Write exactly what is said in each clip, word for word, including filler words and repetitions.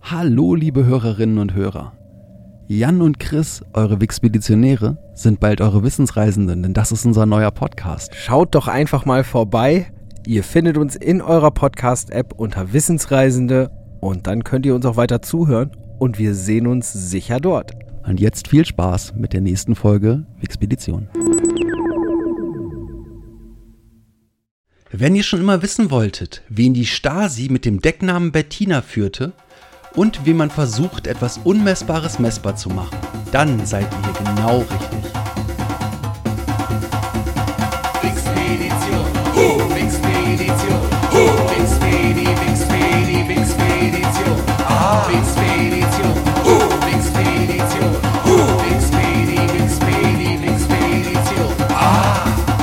Hallo liebe Hörerinnen und Hörer. Jan und Chris, eure Wixpeditionäre, sind bald eure Wissensreisenden, denn das ist unser neuer Podcast. Schaut doch einfach mal vorbei. Ihr findet uns in eurer Podcast-App unter Wissensreisende und dann könnt ihr uns auch weiter zuhören und wir sehen uns sicher dort. Und jetzt viel Spaß mit der nächsten Folge Wixpedition. Wenn ihr schon immer wissen wolltet, wen die Stasi mit dem Decknamen Bettina führte und wie man versucht, etwas Unmessbares messbar zu machen, dann seid ihr hier genau richtig. Wixpedition, uh, Wixpedition, uh, Wixpedi, Wixpedi, Wixpedition, ah, Wixpedition, uh, Wixpedition, uh, Wixpedi, Wixpedi, Wixpedition, ah.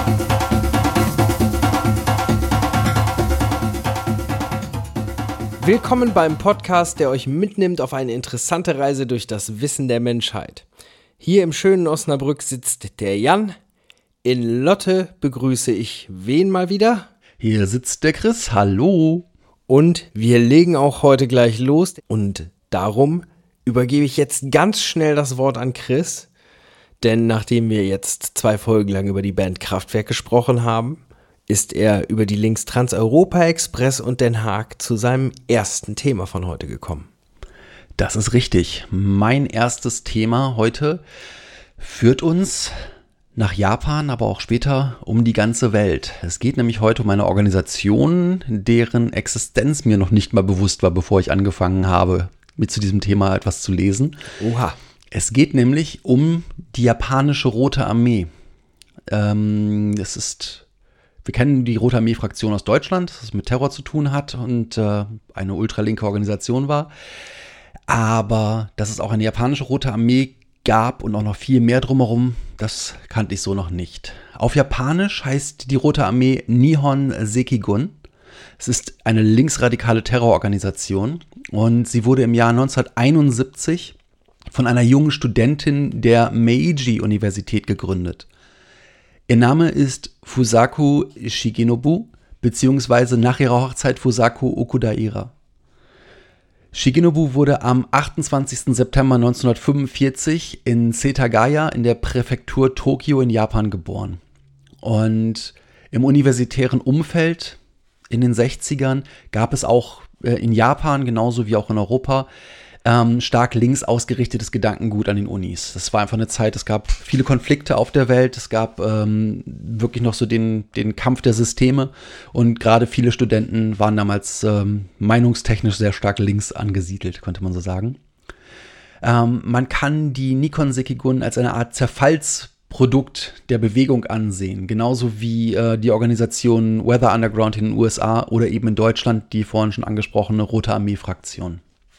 Willkommen beim Podcast, der euch mitnimmt auf eine interessante Reise durch das Wissen der Menschheit. Hier im schönen Osnabrück sitzt der Jan. In Lotte begrüße ich wen mal wieder? Hier sitzt der Chris, hallo. Und wir legen auch heute gleich los. Und darum übergebe ich jetzt ganz schnell das Wort an Chris. Denn nachdem wir jetzt zwei Folgen lang über die Band Kraftwerk gesprochen haben, ist er über die Links Trans-Europa-Express und Den Haag zu seinem ersten Thema von heute gekommen. Das ist richtig. Mein erstes Thema heute führt uns nach Japan, aber auch später um die ganze Welt. Es geht nämlich heute um eine Organisation, deren Existenz mir noch nicht mal bewusst war, bevor ich angefangen habe, mit zu diesem Thema etwas zu lesen. Oha. Es geht nämlich um die japanische Rote Armee. Ähm, das ist... Wir kennen die Rote Armee-Fraktion aus Deutschland, das mit Terror zu tun hat und äh, eine ultralinke Organisation war. Aber dass es auch eine japanische Rote Armee gab und auch noch viel mehr drumherum, das kannte ich so noch nicht. Auf Japanisch heißt die Rote Armee Nihon Sekigun. Es ist eine linksradikale Terrororganisation und sie wurde im Jahr neunzehnhunderteinundsiebzig von einer jungen Studentin der Meiji-Universität gegründet. Ihr Name ist Fusaku Shigenobu, beziehungsweise nach ihrer Hochzeit Fusaku Okudaira. Shigenobu wurde am achtundzwanzigsten September neunzehnhundertfünfundvierzig in Setagaya in der Präfektur Tokio in Japan geboren. Und im universitären Umfeld in den sechzigern gab es auch äh, in Japan, genauso wie auch in Europa, Ähm, stark links ausgerichtetes Gedankengut an den Unis. Das war einfach eine Zeit, es gab viele Konflikte auf der Welt, es gab ähm, wirklich noch so den, den Kampf der Systeme und gerade viele Studenten waren damals ähm, meinungstechnisch sehr stark links angesiedelt, könnte man so sagen. Ähm, man kann die Nihon Sekigun als eine Art Zerfallsprodukt der Bewegung ansehen, genauso wie äh, die Organisation Weather Underground in den U S A oder eben in Deutschland die vorhin schon angesprochene Rote Armee-Fraktion.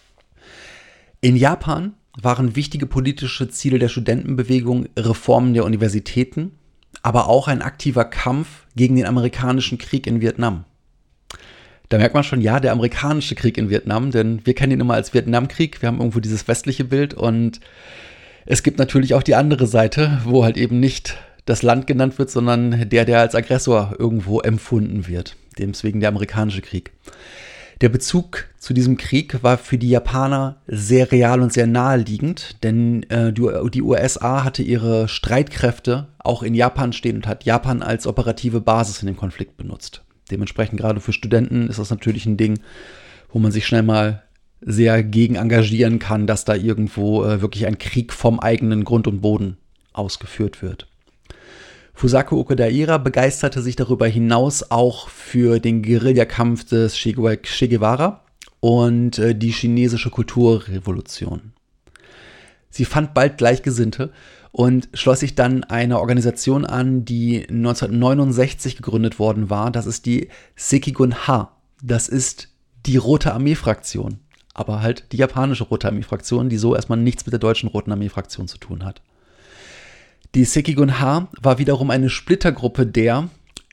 In Japan waren wichtige politische Ziele der Studentenbewegung Reformen der Universitäten, aber auch ein aktiver Kampf gegen den amerikanischen Krieg in Vietnam. Da merkt man schon, ja, der amerikanische Krieg in Vietnam, denn wir kennen ihn immer als Vietnamkrieg, wir haben irgendwo dieses westliche Bild und es gibt natürlich auch die andere Seite, wo halt eben nicht das Land genannt wird, sondern der, der als Aggressor irgendwo empfunden wird, deswegen der amerikanische Krieg. Der Bezug zu diesem Krieg war für die Japaner sehr real und sehr naheliegend, denn äh, die, die U S A hatte ihre Streitkräfte auch in Japan stehen und hat Japan als operative Basis in dem Konflikt benutzt. Dementsprechend gerade für Studenten ist das natürlich ein Ding, wo man sich schnell mal sehr gegen engagieren kann, dass da irgendwo äh, wirklich ein Krieg vom eigenen Grund und Boden ausgeführt wird. Fusaku Okudaira begeisterte sich darüber hinaus auch für den Guerillakampf des Che Guevara und äh, die chinesische Kulturrevolution. Sie fand bald Gleichgesinnte und schloss sich dann einer Organisation an, die neunzehnhundertneunundsechzig gegründet worden war. Das ist die Sekigun-ha. Das ist die Rote Armee-Fraktion, aber halt die japanische Rote Armee-Fraktion, die so erstmal nichts mit der deutschen Roten Armee-Fraktion zu tun hat. Die Sekigun-ha war wiederum eine Splittergruppe der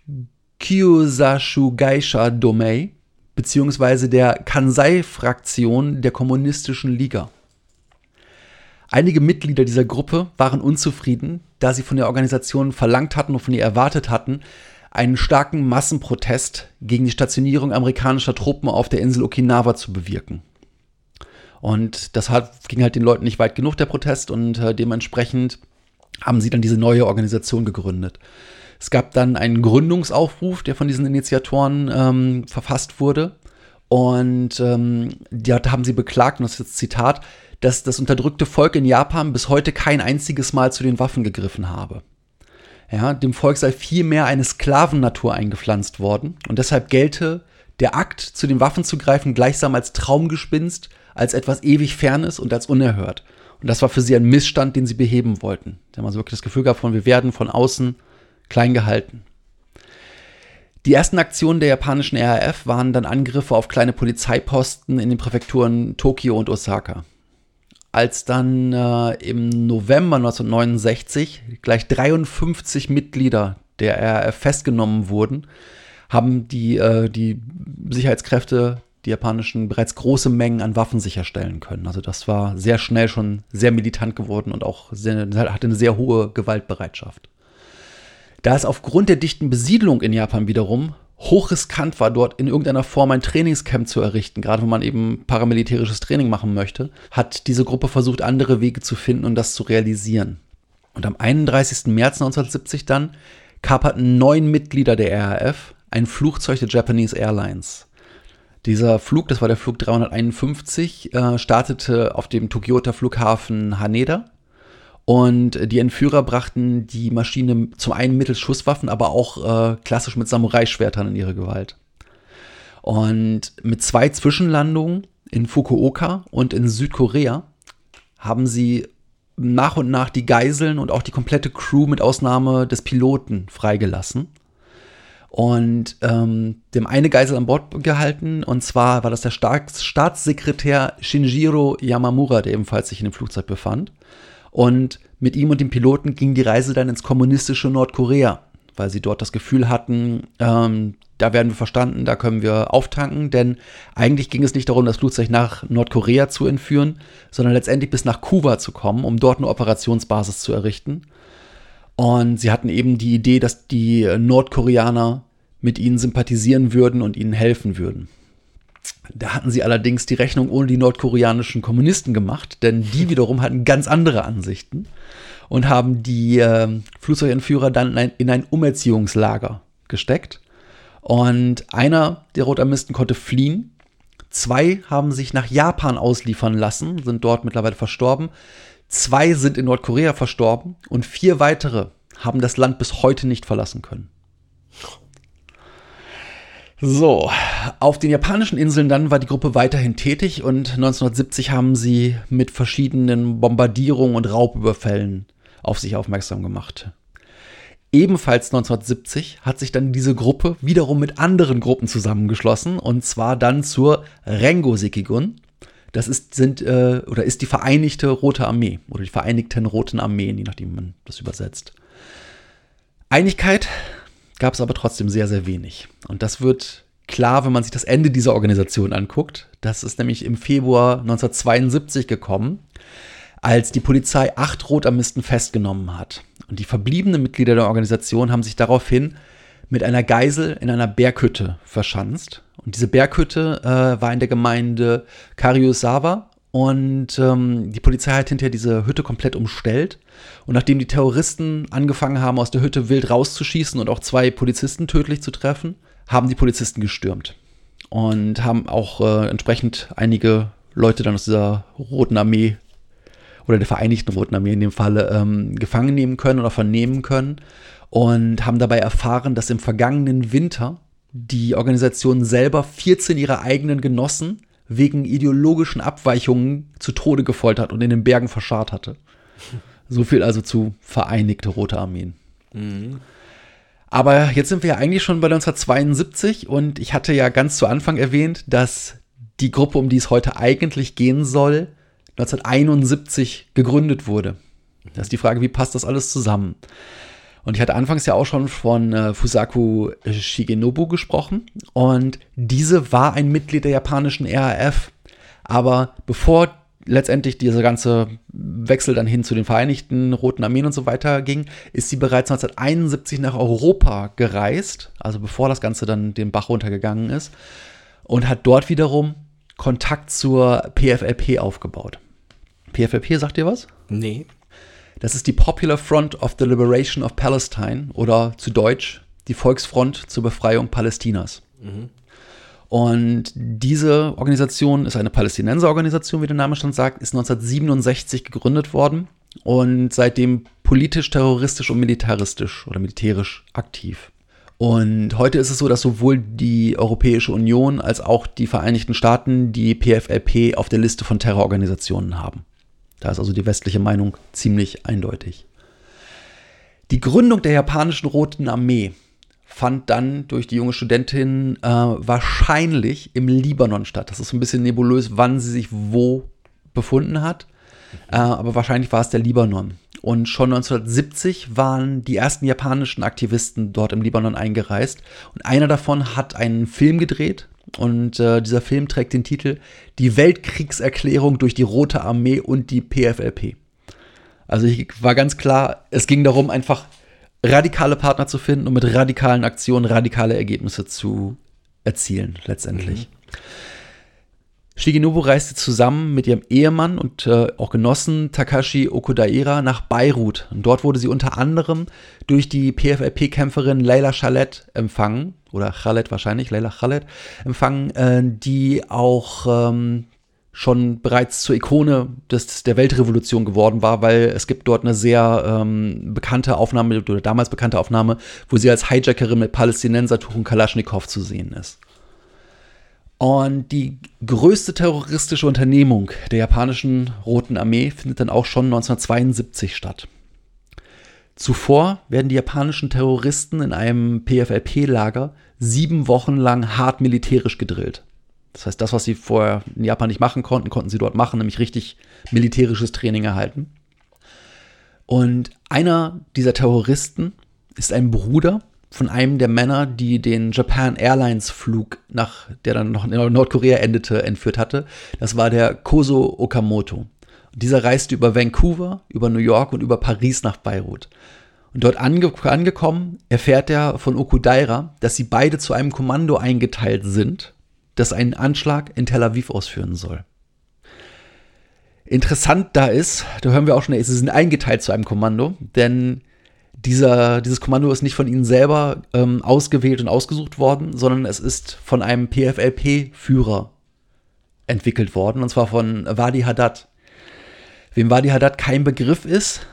Kyusashu-gaisha Domei beziehungsweise der Kansai-Fraktion der Kommunistischen Liga. Einige Mitglieder dieser Gruppe waren unzufrieden, da sie von der Organisation verlangt hatten und von ihr erwartet hatten, einen starken Massenprotest gegen die Stationierung amerikanischer Truppen auf der Insel Okinawa zu bewirken. Und das hat, ging halt den Leuten nicht weit genug, der Protest, und äh, dementsprechend haben sie dann diese neue Organisation gegründet. Es gab dann einen Gründungsaufruf, der von diesen Initiatoren ähm, verfasst wurde. Und ähm, dort haben sie beklagt, und das ist jetzt Zitat, dass das unterdrückte Volk in Japan bis heute kein einziges Mal zu den Waffen gegriffen habe. Ja, dem Volk sei vielmehr eine Sklavennatur eingepflanzt worden. Und deshalb gelte der Akt, zu den Waffen zu greifen, gleichsam als Traumgespinst, als etwas ewig Fernes und als unerhört. Und das war für sie ein Missstand, den sie beheben wollten. Sie haben also wirklich das Gefühl gehabt, von wir werden von außen klein gehalten. Die ersten Aktionen der japanischen R A F waren dann Angriffe auf kleine Polizeiposten in den Präfekturen Tokio und Osaka. Als dann äh, im November neunzehnhundertneunundsechzig gleich dreiundfünfzig Mitglieder der R A F festgenommen wurden, haben die, äh, die Sicherheitskräfte, die japanischen, bereits große Mengen an Waffen sicherstellen können. Also das war sehr schnell schon sehr militant geworden und auch sehr, hatte eine sehr hohe Gewaltbereitschaft. Da es aufgrund der dichten Besiedlung in Japan wiederum hochriskant war, dort in irgendeiner Form ein Trainingscamp zu errichten, gerade wenn man eben paramilitärisches Training machen möchte, hat diese Gruppe versucht, andere Wege zu finden und das zu realisieren. Und am einunddreißigsten März neunzehnhundertsiebzig dann kaperten neun Mitglieder der R A F ein Flugzeug der Japanese Airlines. Dieser Flug, das war der Flug dreihunderteinundfünfzig, äh, startete auf dem Tokyota-Flughafen Haneda. Und die Entführer brachten die Maschine zum einen mittels Schusswaffen, aber auch äh, klassisch mit Samurai-Schwertern in ihre Gewalt. Und mit zwei Zwischenlandungen in Fukuoka und in Südkorea haben sie nach und nach die Geiseln und auch die komplette Crew mit Ausnahme des Piloten freigelassen. Und ähm, dem eine Geisel an Bord gehalten, und zwar war das der Staats- Staatssekretär Shinjiro Yamamura, der ebenfalls sich in dem Flugzeug befand. Und mit ihm und dem Piloten ging die Reise dann ins kommunistische Nordkorea, weil sie dort das Gefühl hatten, ähm, da werden wir verstanden, da können wir auftanken, denn eigentlich ging es nicht darum, das Flugzeug nach Nordkorea zu entführen, sondern letztendlich bis nach Kuba zu kommen, um dort eine Operationsbasis zu errichten. Und sie hatten eben die Idee, dass die Nordkoreaner mit ihnen sympathisieren würden und ihnen helfen würden. Da hatten sie allerdings die Rechnung ohne die nordkoreanischen Kommunisten gemacht, denn die wiederum hatten ganz andere Ansichten und haben die äh, Flugzeugentführer dann in ein, in ein Umerziehungslager gesteckt. Und einer der Rotarmisten konnte fliehen. Zwei haben sich nach Japan ausliefern lassen, sind dort mittlerweile verstorben. Zwei sind in Nordkorea verstorben und vier weitere haben das Land bis heute nicht verlassen können. So, auf den japanischen Inseln dann war die Gruppe weiterhin tätig und neunzehnhundertsiebzig haben sie mit verschiedenen Bombardierungen und Raubüberfällen auf sich aufmerksam gemacht. Ebenfalls neunzehnhundertsiebzig hat sich dann diese Gruppe wiederum mit anderen Gruppen zusammengeschlossen, und zwar dann zur Rengo Sekigun. Das ist, sind, äh, oder ist die Vereinigte Rote Armee oder die Vereinigten Roten Armeen, je nachdem man das übersetzt. Einigkeit gab es aber trotzdem sehr, sehr wenig. Und das wird klar, wenn man sich das Ende dieser Organisation anguckt. Das ist nämlich im Februar neunzehnhundertzweiundsiebzig gekommen, als die Polizei acht Rotarmisten festgenommen hat. Und die verbliebenen Mitglieder der Organisation haben sich daraufhin mit einer Geisel in einer Berghütte verschanzt. Und diese Berghütte äh, war in der Gemeinde Karyusawa. Und ähm, die Polizei hat hinterher diese Hütte komplett umstellt. Und nachdem die Terroristen angefangen haben, aus der Hütte wild rauszuschießen und auch zwei Polizisten tödlich zu treffen, haben die Polizisten gestürmt. Und haben auch äh, entsprechend einige Leute dann aus dieser Roten Armee oder der Vereinigten Roten Armee in dem Falle ähm, gefangen nehmen können oder vernehmen können. Und haben dabei erfahren, dass im vergangenen Winter die Organisation selber vierzehn ihrer eigenen Genossen wegen ideologischen Abweichungen zu Tode gefoltert und in den Bergen verscharrt hatte. So viel also zu Vereinigte Rote Armeen. Mhm. Aber jetzt sind wir ja eigentlich schon bei neunzehnhundertzweiundsiebzig und ich hatte ja ganz zu Anfang erwähnt, dass die Gruppe, um die es heute eigentlich gehen soll, neunzehnhunderteinundsiebzig gegründet wurde. Das ist die Frage, wie passt das alles zusammen? Und ich hatte anfangs ja auch schon von äh, Fusaku Shigenobu gesprochen. Und diese war ein Mitglied der japanischen R A F. Aber bevor letztendlich dieser ganze Wechsel dann hin zu den Vereinigten Roten Armeen und so weiter ging, ist sie bereits neunzehnhunderteinundsiebzig nach Europa gereist. Also bevor das Ganze dann den Bach runtergegangen ist. Und hat dort wiederum Kontakt zur P F L P aufgebaut. P F L P, sagt ihr was? Nee. Das ist die Popular Front of the Liberation of Palestine oder zu Deutsch die Volksfront zur Befreiung Palästinas. Mhm. Und diese Organisation ist eine Palästinenserorganisation, wie der Name schon sagt, ist neunzehnhundertsiebenundsechzig gegründet worden und seitdem politisch, terroristisch und militaristisch oder militärisch aktiv. Und heute ist es so, dass sowohl die Europäische Union als auch die Vereinigten Staaten die P F L P auf der Liste von Terrororganisationen haben. Da ist also die westliche Meinung ziemlich eindeutig. Die Gründung der japanischen Roten Armee fand dann durch die junge Studentin äh, wahrscheinlich im Libanon statt. Das ist so ein bisschen nebulös, wann sie sich wo befunden hat. Äh, aber wahrscheinlich war es der Libanon. Und schon neunzehnhundertsiebzig waren die ersten japanischen Aktivisten dort im Libanon eingereist. Und einer davon hat einen Film gedreht. Und äh, dieser Film trägt den Titel Die Weltkriegserklärung durch die Rote Armee und die P F L P. Also ich war ganz klar, es ging darum, einfach radikale Partner zu finden und mit radikalen Aktionen radikale Ergebnisse zu erzielen, letztendlich. Mhm. Shigenobu reiste zusammen mit ihrem Ehemann und äh, auch Genossen Takashi Okudaira nach Beirut. Und dort wurde sie unter anderem durch die P F L P-Kämpferin Leila Khaled empfangen, oder Khaled wahrscheinlich, Leila Khaled, empfangen, äh, die auch ähm, schon bereits zur Ikone des, der Weltrevolution geworden war, weil es gibt dort eine sehr ähm, bekannte Aufnahme, oder damals bekannte Aufnahme, wo sie als Hijackerin mit Palästinensertuch und Kalaschnikow zu sehen ist. Und die größte terroristische Unternehmung der japanischen Roten Armee findet dann auch schon neunzehnhundertzweiundsiebzig statt. Zuvor werden die japanischen Terroristen in einem P F L P-Lager sieben Wochen lang hart militärisch gedrillt. Das heißt, das, was sie vorher in Japan nicht machen konnten, konnten sie dort machen, nämlich richtig militärisches Training erhalten. Und einer dieser Terroristen ist ein Bruder von einem der Männer, die den Japan Airlines Flug, nach, der dann noch in Nordkorea endete, entführt hatte. Das war der Kozo Okamoto. Und dieser reiste über Vancouver, über New York und über Paris nach Beirut. Und dort ange- angekommen erfährt er von Okudaira, dass sie beide zu einem Kommando eingeteilt sind, das einen Anschlag in Tel Aviv ausführen soll. Interessant da ist, da hören wir auch schon, sie sind eingeteilt zu einem Kommando, denn Dieser, dieses Kommando ist nicht von ihnen selber ähm, ausgewählt und ausgesucht worden, sondern es ist von einem P F L P-Führer entwickelt worden, und zwar von Wadi Haddad. Wem Wadi Haddad kein Begriff ist,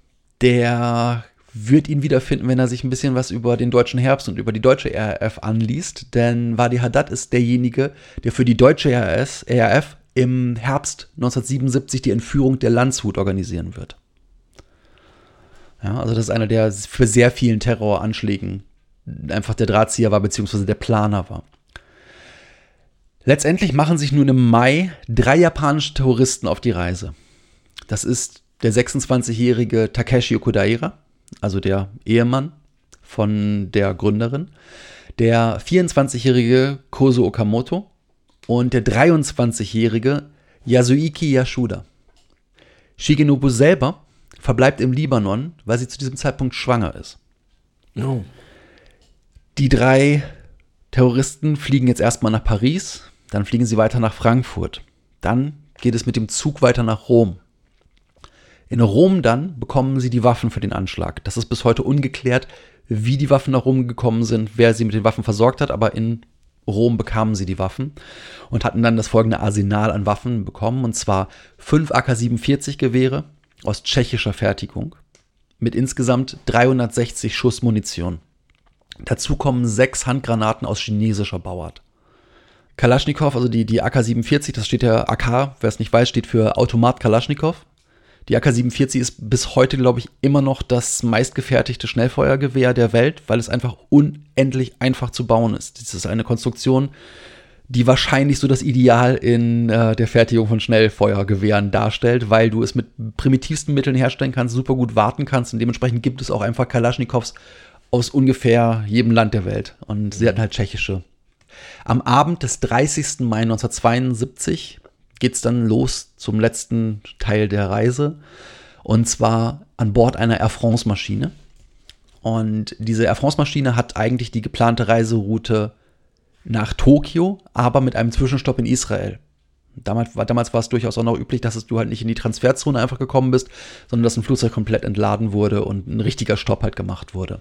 der wird ihn wiederfinden, wenn er sich ein bisschen was über den deutschen Herbst und über die deutsche R A F anliest, denn Wadi Haddad ist derjenige, der für die deutsche R A F im Herbst neunzehnhundertsiebenundsiebzig die Entführung der Landshut organisieren wird. Ja, also das ist einer, der für sehr vielen Terroranschlägen einfach der Drahtzieher war, beziehungsweise der Planer war. Letztendlich machen sich nun im Mai drei japanische Terroristen auf die Reise. Das ist der sechsundzwanzigjährige Takeshi Okudaira, also der Ehemann von der Gründerin, der vierundzwanzigjährige Kozo Okamoto und der dreiundzwanzigjährige Yasuiki Yasuda. Shigenobu selber verbleibt im Libanon, weil sie zu diesem Zeitpunkt schwanger ist. Oh. Die drei Terroristen fliegen jetzt erstmal nach Paris, dann fliegen sie weiter nach Frankfurt. Dann geht es mit dem Zug weiter nach Rom. In Rom dann bekommen sie die Waffen für den Anschlag. Das ist bis heute ungeklärt, wie die Waffen nach Rom gekommen sind, wer sie mit den Waffen versorgt hat, aber in Rom bekamen sie die Waffen und hatten dann das folgende Arsenal an Waffen bekommen, und zwar fünf A K siebenundvierzig Gewehre aus tschechischer Fertigung mit insgesamt dreihundertsechzig Schuss Munition. Dazu kommen sechs Handgranaten aus chinesischer Bauart. Kalaschnikow, also die, die A K siebenundvierzig, das steht ja A K, wer es nicht weiß, steht für Automat Kalaschnikow. Die A K siebenundvierzig ist bis heute, glaube ich, immer noch das meistgefertigte Schnellfeuergewehr der Welt, weil es einfach unendlich einfach zu bauen ist. Das ist eine Konstruktion, die wahrscheinlich so das Ideal in äh, der Fertigung von Schnellfeuergewehren darstellt, weil du es mit primitivsten Mitteln herstellen kannst, super gut warten kannst, und dementsprechend gibt es auch einfach Kalaschnikows aus ungefähr jedem Land der Welt, und sie hatten halt tschechische. Am Abend des dreißigsten Mai neunzehnhundertzweiundsiebzig geht's dann los zum letzten Teil der Reise, und zwar an Bord einer Air France-Maschine. Und diese Air France-Maschine hat eigentlich die geplante Reiseroute nach Tokio, aber mit einem Zwischenstopp in Israel Damals war, damals war es durchaus auch noch üblich, dass es, du halt nicht in die Transferzone einfach gekommen bist, sondern dass ein Flugzeug komplett entladen wurde und ein richtiger Stopp halt gemacht wurde.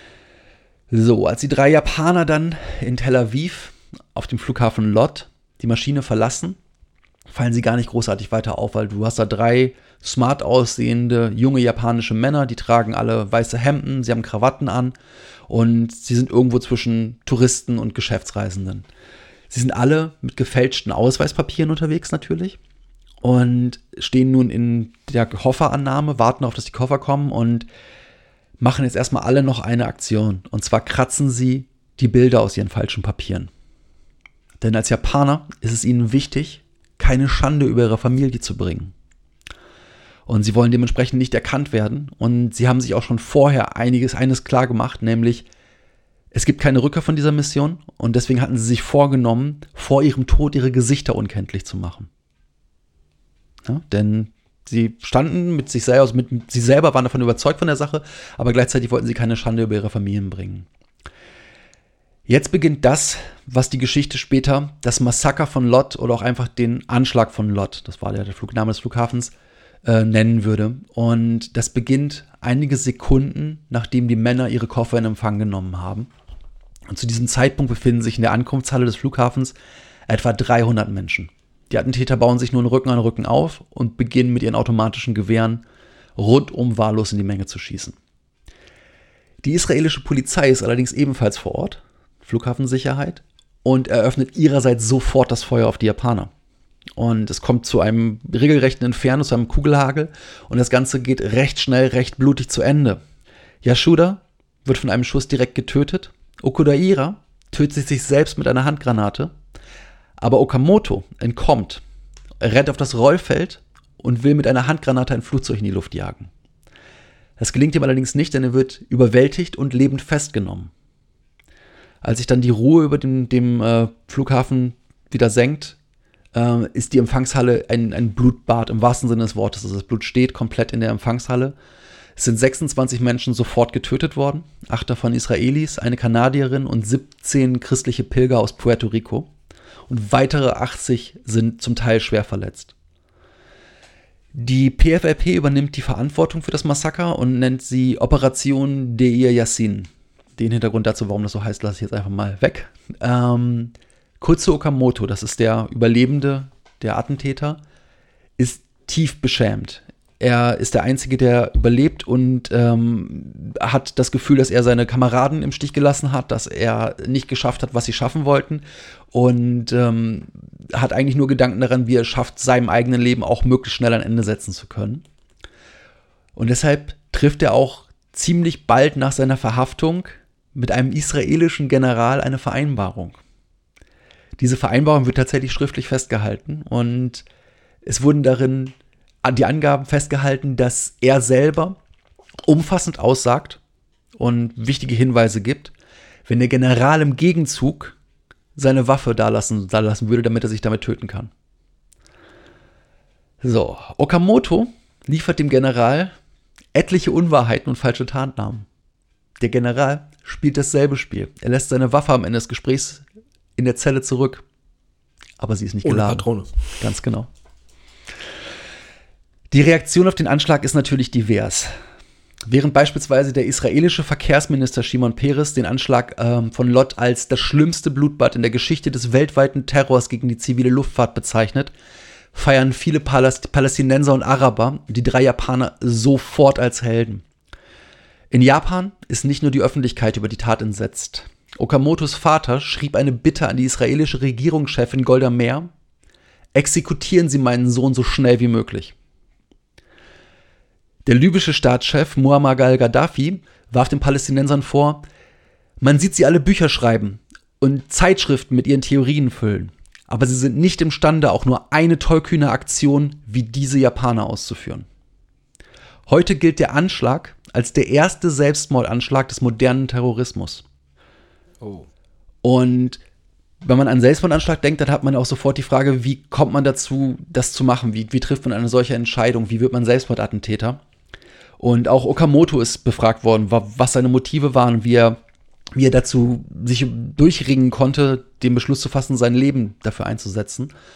So, als die drei Japaner dann in Tel Aviv auf dem Flughafen Lod die Maschine verlassen, fallen sie gar nicht großartig weiter auf, weil du hast da drei smart aussehende, junge japanische Männer, die tragen alle weiße Hemden, sie haben Krawatten an und sie sind irgendwo zwischen Touristen und Geschäftsreisenden. Sie sind alle mit gefälschten Ausweispapieren unterwegs natürlich und stehen nun in der Kofferannahme, warten auf, dass die Koffer kommen und machen jetzt erstmal alle noch eine Aktion. Und zwar kratzen sie die Bilder aus ihren falschen Papieren. Denn als Japaner ist es ihnen wichtig, keine Schande über ihre Familie zu bringen. Und sie wollen dementsprechend nicht erkannt werden. Und sie haben sich auch schon vorher einiges, eines klar gemacht, nämlich es gibt keine Rückkehr von dieser Mission und deswegen hatten sie sich vorgenommen, vor ihrem Tod ihre Gesichter unkenntlich zu machen. Ja, denn sie standen mit sich selber, also mit, sie selber waren davon überzeugt von der Sache, aber gleichzeitig wollten sie keine Schande über ihre Familien bringen. Jetzt beginnt das, was die Geschichte später das Massaker von Lod oder auch einfach den Anschlag von Lod, das war der, der Flugname des Flughafens, äh, nennen würde. Und das beginnt einige Sekunden, nachdem die Männer ihre Koffer in Empfang genommen haben. Und zu diesem Zeitpunkt befinden sich in der Ankunftshalle des Flughafens etwa dreihundert Menschen. Die Attentäter bauen sich nun Rücken an Rücken auf und beginnen mit ihren automatischen Gewehren rundum wahllos in die Menge zu schießen. Die israelische Polizei ist allerdings ebenfalls vor Ort, Flughafensicherheit, und eröffnet ihrerseits sofort das Feuer auf die Japaner. Und es kommt zu einem regelrechten Inferno, zu einem Kugelhagel und das Ganze geht recht schnell, recht blutig zu Ende. Yasuda wird von einem Schuss direkt getötet. Okudaira tötet sich selbst mit einer Handgranate, aber Okamoto entkommt, rennt auf das Rollfeld und will mit einer Handgranate ein Flugzeug in die Luft jagen. Das gelingt ihm allerdings nicht, denn er wird überwältigt und lebend festgenommen. Als sich dann die Ruhe über dem, dem äh, Flughafen wieder senkt, äh, ist die Empfangshalle ein, ein Blutbad im wahrsten Sinne des Wortes. Also das Blut steht komplett in der Empfangshalle. Es sind sechsundzwanzig Menschen sofort getötet worden, acht davon Israelis, eine Kanadierin und siebzehn christliche Pilger aus Puerto Rico. Und weitere achtzig sind zum Teil schwer verletzt. Die P F L P übernimmt die Verantwortung für das Massaker und nennt sie Operation Deir Yassin. Den Hintergrund dazu, warum das so heißt, lasse ich jetzt einfach mal weg. Ähm, Kurze Okamoto, das ist der Überlebende, der Attentäter, ist tief beschämt. Er ist der Einzige, der überlebt und ähm, hat das Gefühl, dass er seine Kameraden im Stich gelassen hat, dass er nicht geschafft hat, was sie schaffen wollten und ähm, hat eigentlich nur Gedanken daran, wie er es schafft, seinem eigenen Leben auch möglichst schnell ein Ende setzen zu können. Und deshalb trifft er auch ziemlich bald nach seiner Verhaftung mit einem israelischen General eine Vereinbarung. Diese Vereinbarung wird tatsächlich schriftlich festgehalten und es wurden darin die Angaben festgehalten, dass er selber umfassend aussagt und wichtige Hinweise gibt, wenn der General im Gegenzug seine Waffe da lassen, da lassen würde, damit er sich damit töten kann. So, Okamoto liefert dem General etliche Unwahrheiten und falsche Tarnnamen. Der General spielt dasselbe Spiel. Er lässt seine Waffe am Ende des Gesprächs in der Zelle zurück. Aber sie ist nicht Ohne geladen. Patrone. Ganz genau. Die Reaktion auf den Anschlag ist natürlich divers. Während beispielsweise der israelische Verkehrsminister Shimon Peres den Anschlag ähm, von Lod als das schlimmste Blutbad in der Geschichte des weltweiten Terrors gegen die zivile Luftfahrt bezeichnet, feiern viele Paläst- Palästinenser und Araber die drei Japaner sofort als Helden. In Japan ist nicht nur die Öffentlichkeit über die Tat entsetzt. Okamotos Vater schrieb eine Bitte an die israelische Regierungschefin Golda Meir: Exekutieren Sie meinen Sohn so schnell wie möglich. Der libysche Staatschef Muammar al-Gaddafi warf den Palästinensern vor, man sieht sie alle Bücher schreiben und Zeitschriften mit ihren Theorien füllen, aber sie sind nicht imstande, auch nur eine tollkühne Aktion wie diese Japaner auszuführen. Heute gilt der Anschlag als der erste Selbstmordanschlag des modernen Terrorismus. Oh. Und wenn man an Selbstmordanschlag denkt, dann hat man auch sofort die Frage, wie kommt man dazu, das zu machen? Wie, wie trifft man eine solche Entscheidung? Wie wird man Selbstmordattentäter? Und auch Okamoto ist befragt worden, was seine Motive waren und wie er, wie er dazu sich durchringen konnte, den Beschluss zu fassen, sein Leben dafür einzusetzen.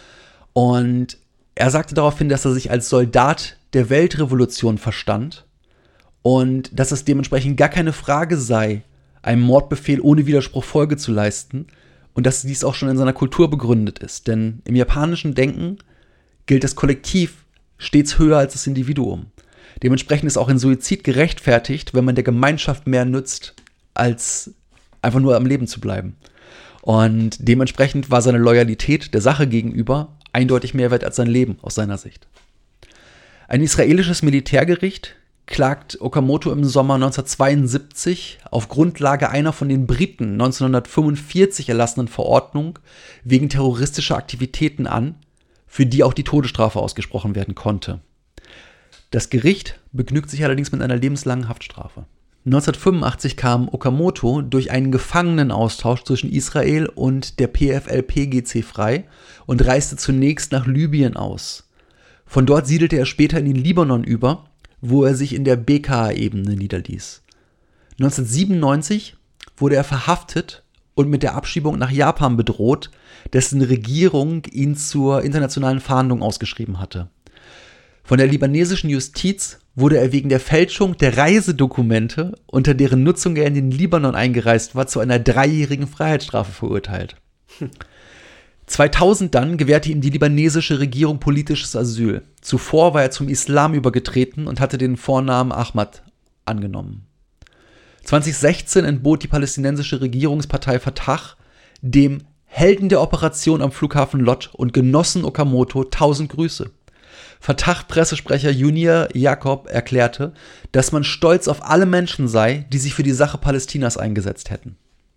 Und er sagte daraufhin, dass er sich als Soldat der Weltrevolution verstand und dass es dementsprechend gar keine Frage sei, einem Mordbefehl ohne Widerspruch Folge zu leisten und dass dies auch schon in seiner Kultur begründet ist. Denn im japanischen Denken gilt das Kollektiv stets höher als das Individuum. Dementsprechend ist auch ein Suizid gerechtfertigt, wenn man der Gemeinschaft mehr nützt, als einfach nur am Leben zu bleiben. Und dementsprechend war seine Loyalität der Sache gegenüber eindeutig mehr wert als sein Leben aus seiner Sicht. Ein israelisches Militärgericht klagt Okamoto im Sommer neunzehnhundertzweiundsiebzig auf Grundlage einer von den Briten neunzehnhundertfünfundvierzig erlassenen Verordnung wegen terroristischer Aktivitäten an, für die auch die Todesstrafe ausgesprochen werden konnte. Das Gericht begnügt sich allerdings mit einer lebenslangen Haftstrafe. neunzehnhundertfünfundachtzig kam Okamoto durch einen Gefangenenaustausch zwischen Israel und der P F L P G C frei und reiste zunächst nach Libyen aus. Von dort siedelte er später in den Libanon über, wo er sich in der Bekaa-Ebene niederließ. neunzehnhundertsiebenundneunzig wurde er verhaftet und mit der Abschiebung nach Japan bedroht, dessen Regierung ihn zur internationalen Fahndung ausgeschrieben hatte. Von der libanesischen Justiz wurde er wegen der Fälschung der Reisedokumente, unter deren Nutzung er in den Libanon eingereist war, zu einer dreijährigen Freiheitsstrafe verurteilt. Hm. zweitausend dann gewährte ihm die libanesische Regierung politisches Asyl. Zuvor war er zum Islam übergetreten und hatte den Vornamen Ahmad angenommen. zweitausendsechzehn entbot die palästinensische Regierungspartei Fatah dem Helden der Operation am Flughafen Lod und Genossen Okamoto tausend Grüße. Fatah-Pressesprecher Junir Jakob erklärte, dass man stolz auf alle Menschen sei, die sich für die Sache Palästinas eingesetzt hätten.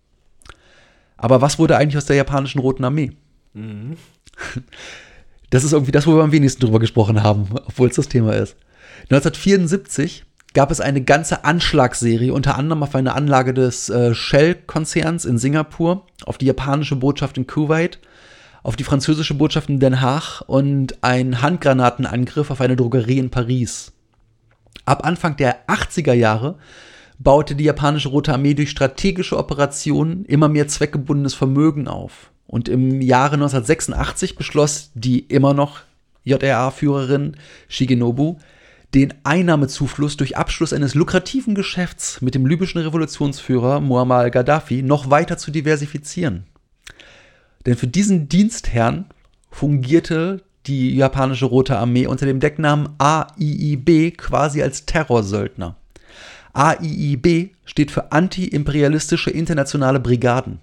Aber was wurde eigentlich aus der japanischen Roten Armee? Mhm. Das ist irgendwie das, wo wir am wenigsten drüber gesprochen haben, obwohl es das Thema ist. neunzehnhundertvierundsiebzig gab es eine ganze Anschlagsserie, unter anderem auf eine Anlage des äh, Shell-Konzerns in Singapur, auf die japanische Botschaft in Kuwait, auf die französische Botschaft in Den Haag und ein Handgranatenangriff auf eine Drogerie in Paris. Ab Anfang der achtziger Jahre baute die japanische Rote Armee durch strategische Operationen immer mehr zweckgebundenes Vermögen auf. Und im Jahre neunzehnhundertsechsundachtzig beschloss die immer noch J R A-Führerin Shigenobu, den Einnahmezufluss durch Abschluss eines lukrativen Geschäfts mit dem libyschen Revolutionsführer Muammar al-Gaddafi noch weiter zu diversifizieren. Denn für diesen Dienstherrn fungierte die japanische Rote Armee unter dem Decknamen A I I B quasi als Terrorsöldner. A I I B steht für Anti-Imperialistische Internationale Brigaden.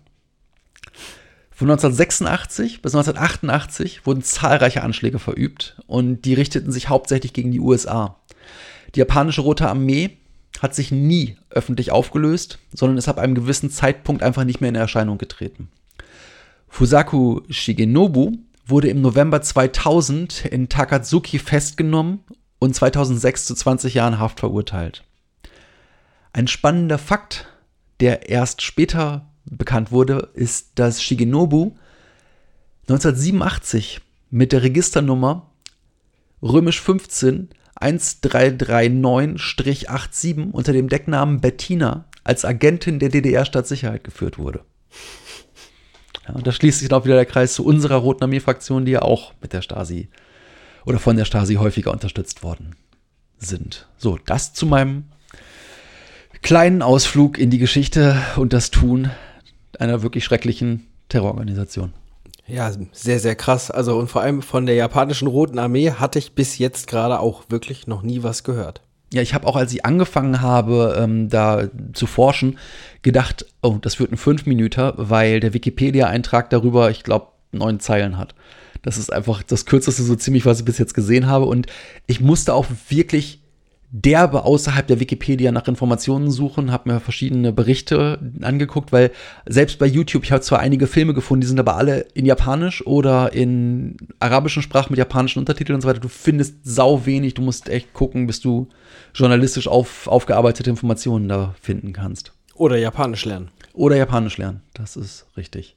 Von neunzehnhundertsechsundachtzig bis neunzehnhundertachtundachtzig wurden zahlreiche Anschläge verübt und die richteten sich hauptsächlich gegen die U S A. Die japanische Rote Armee hat sich nie öffentlich aufgelöst, sondern ist ab einem gewissen Zeitpunkt einfach nicht mehr in Erscheinung getreten. Fusaku Shigenobu wurde im November zweitausend in Takatsuki festgenommen und zweitausendsechs zu zwanzig Jahren Haft verurteilt. Ein spannender Fakt, der erst später bekannt wurde, ist, dass Shigenobu neunzehnhundertsiebenundachtzig mit der Registernummer römisch fünfzehn eins drei drei neun siebenundachtzig unter dem Decknamen Bettina als Agentin der D D R-Staatssicherheit geführt wurde. Ja, und da schließt sich dann auch wieder der Kreis zu unserer Roten Armee-Fraktion, die ja auch mit der Stasi oder von der Stasi häufiger unterstützt worden sind. So, das zu meinem kleinen Ausflug in die Geschichte und das Tun einer wirklich schrecklichen Terrororganisation. Ja, sehr, sehr krass. Also und vor allem von der japanischen Roten Armee hatte ich bis jetzt gerade auch wirklich noch nie was gehört. Ja, ich habe auch, als ich angefangen habe, ähm, da zu forschen, gedacht, oh, das wird ein Fünf-Minüter, weil der Wikipedia-Eintrag darüber, ich glaube, neun Zeilen hat. Das ist einfach das Kürzeste so ziemlich, was ich bis jetzt gesehen habe. Und ich musste auch wirklich derbe außerhalb der Wikipedia nach Informationen suchen, habe mir verschiedene Berichte angeguckt, weil selbst bei YouTube, ich habe zwar einige Filme gefunden, die sind aber alle in Japanisch oder in arabischen Sprachen mit japanischen Untertiteln und so weiter. Du findest sau wenig, du musst echt gucken, bis du journalistisch auf, aufgearbeitete Informationen da finden kannst. Oder Japanisch lernen. Oder Japanisch lernen, das ist richtig.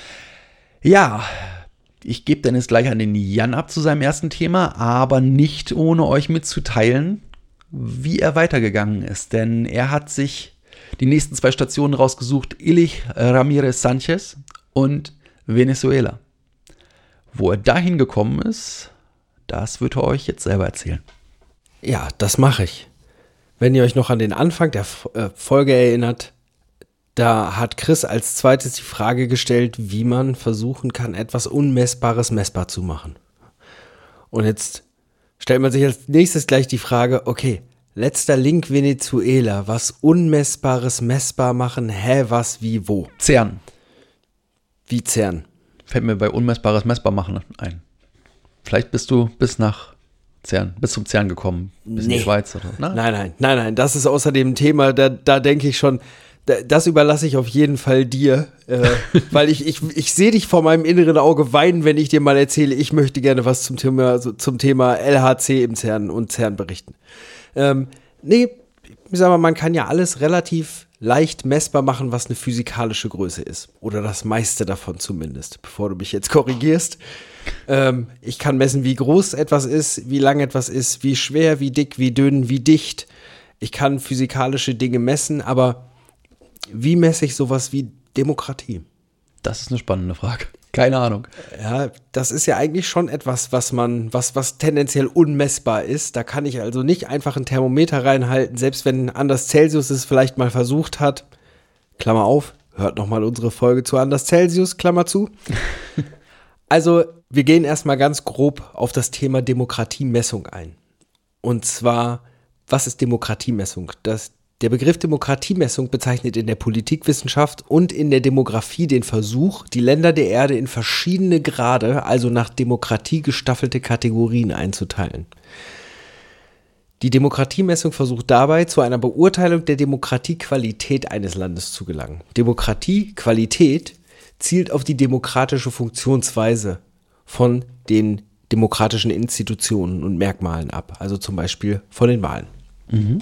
Ja, ich gebe dann jetzt gleich an den Jan ab zu seinem ersten Thema, aber nicht ohne euch mitzuteilen, wie er weitergegangen ist. Denn er hat sich die nächsten zwei Stationen rausgesucht, Ilich Ramirez Sanchez und Venezuela. Wo er dahin gekommen ist, das wird er euch jetzt selber erzählen. Ja, das mache ich. Wenn ihr euch noch an den Anfang der Folge erinnert, da hat Chris als zweites die Frage gestellt, wie man versuchen kann, etwas Unmessbares messbar zu machen. Und jetzt stellt man sich als nächstes gleich die Frage, okay, letzter Link Venezuela, was Unmessbares messbar machen, hä, was, wie, wo? CERN. Wie CERN? Fällt mir bei Unmessbares messbar machen ein. Vielleicht bist du bis nach CERN, bis zum CERN gekommen, bis Nee. in die Schweiz oder? Nein, nein, nein, nein, das ist außerdem ein Thema, da, da denke ich schon, da, das überlasse ich auf jeden Fall dir, äh, weil ich, ich, ich sehe dich vor meinem inneren Auge weinen, wenn ich dir mal erzähle, ich möchte gerne was zum Thema, so, zum Thema L H C im CERN und CERN berichten. Ähm, nee, ich sag mal, man kann ja alles relativ leicht messbar machen, was eine physikalische Größe ist. Oder das meiste davon zumindest, bevor du mich jetzt korrigierst. Ähm, ich kann messen, wie groß etwas ist, wie lang etwas ist, wie schwer, wie dick, wie dünn, wie dicht. Ich kann physikalische Dinge messen, aber wie messe ich sowas wie Demokratie? Das ist eine spannende Frage. Keine Ahnung. Ja, das ist ja eigentlich schon etwas, was man, was, was tendenziell unmessbar ist. Da kann ich also nicht einfach ein Thermometer reinhalten, selbst wenn Anders Celsius es vielleicht mal versucht hat. Klammer auf, hört nochmal unsere Folge zu Anders Celsius, Klammer zu. Also, wir gehen erstmal ganz grob auf das Thema Demokratiemessung ein. Und zwar, was ist Demokratiemessung? Das Der Begriff Demokratiemessung bezeichnet in der Politikwissenschaft und in der Demografie den Versuch, die Länder der Erde in verschiedene Grade, also nach Demokratie gestaffelte Kategorien einzuteilen. Die Demokratiemessung versucht dabei, zu einer Beurteilung der Demokratiequalität eines Landes zu gelangen. Demokratiequalität zielt auf die demokratische Funktionsweise von den demokratischen Institutionen und Merkmalen ab, also zum Beispiel von den Wahlen. Mhm.